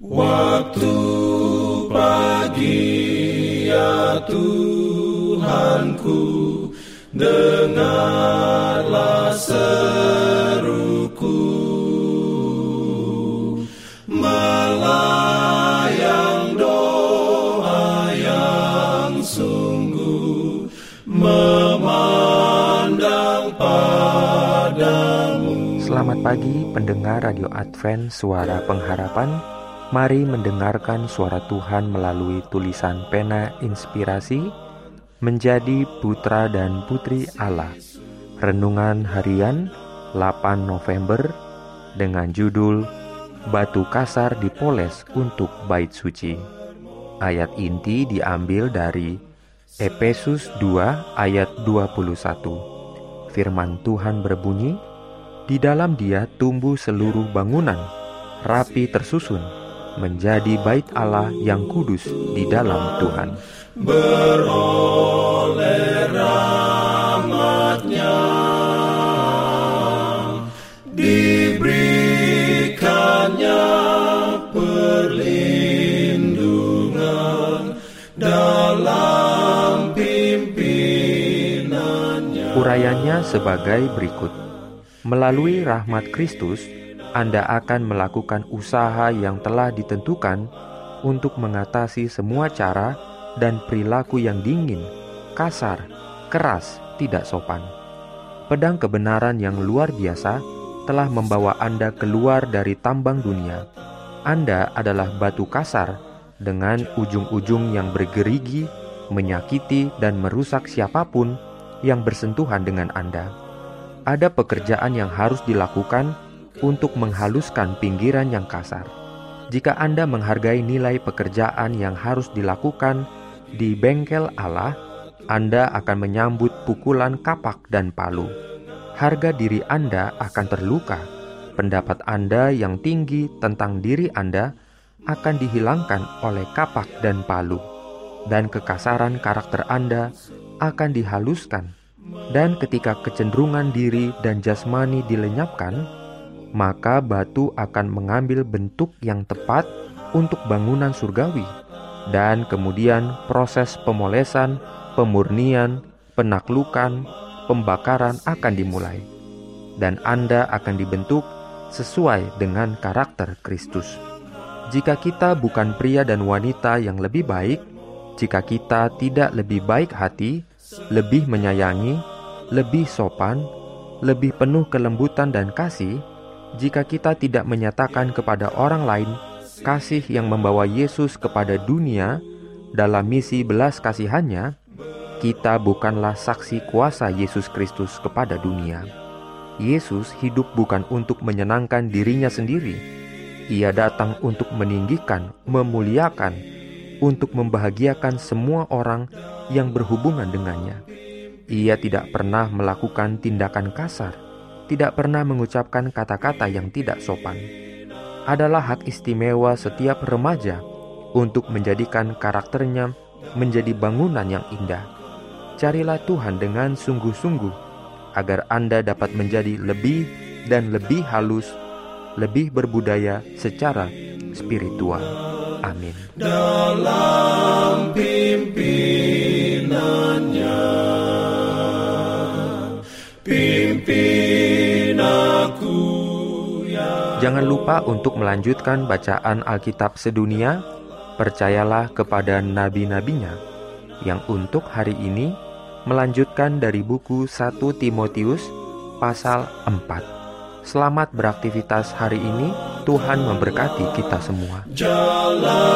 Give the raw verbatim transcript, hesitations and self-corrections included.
Waktu pagi ya Tuhanku, dengarlah seruku, melayang doa yang sungguh, memandang padamu. Selamat pagi pendengar Radio Advent Suara Pengharapan. Mari mendengarkan suara Tuhan melalui tulisan pena inspirasi menjadi putra dan putri Allah. Renungan harian delapan November dengan judul Batu Kasar Dipoles untuk Bait Suci. Ayat inti diambil dari Efesus dua ayat dua puluh satu. Firman Tuhan berbunyi, "Di dalam Dia tumbuh seluruh bangunan, rapi tersusun, menjadi bait Allah yang kudus di dalam Tuhan." Beroleh rahmat-Nya, diberikannya perlindungan dalam pimpinannya. Urayanya sebagai berikut. Melalui rahmat Kristus, Anda akan melakukan usaha yang telah ditentukan untuk mengatasi semua cara dan perilaku yang dingin, kasar, keras, tidak sopan. Pedang kebenaran yang luar biasa telah membawa Anda keluar dari tambang dunia. Anda adalah batu kasar dengan ujung-ujung yang bergerigi, menyakiti dan merusak siapapun yang bersentuhan dengan Anda. Ada pekerjaan yang harus dilakukan untuk menghaluskan pinggiran yang kasar. Jika Anda menghargai nilai pekerjaan yang harus dilakukan di bengkel Allah, Anda akan menyambut pukulan kapak dan palu. Harga diri Anda akan terluka. Pendapat Anda yang tinggi tentang diri Anda akan dihilangkan oleh kapak dan palu. Dan kekasaran karakter Anda akan dihaluskan. Dan ketika kecenderungan diri dan jasmani dilenyapkan, maka batu akan mengambil bentuk yang tepat untuk bangunan surgawi. Dan kemudian proses pemolesan, pemurnian, penaklukan, pembakaran akan dimulai. Dan Anda akan dibentuk sesuai dengan karakter Kristus. Jika kita bukan pria dan wanita yang lebih baik, jika kita tidak lebih baik hati, lebih menyayangi, lebih sopan, lebih penuh kelembutan dan kasih, jika kita tidak menyatakan kepada orang lain kasih yang membawa Yesus kepada dunia dalam misi belas kasihannya, kita bukanlah saksi kuasa Yesus Kristus kepada dunia. Yesus hidup bukan untuk menyenangkan dirinya sendiri. Ia datang untuk meninggikan, memuliakan, untuk membahagiakan semua orang yang berhubungan dengannya. Ia tidak pernah melakukan tindakan kasar, tidak pernah mengucapkan kata-kata yang tidak sopan. Adalah hak istimewa setiap remaja untuk menjadikan karakternya menjadi bangunan yang indah. Carilah Tuhan dengan sungguh-sungguh, agar Anda dapat menjadi lebih dan lebih halus, lebih berbudaya secara spiritual. Amin. Dalam pimpinannya, pimpin aku ya. Jangan lupa untuk melanjutkan bacaan Alkitab sedunia. Percayalah kepada nabi-nabinya, yang untuk hari ini melanjutkan dari buku satu Timotius pasal empat. Selamat beraktivitas hari ini. Tuhan memberkati kita semua. Jalan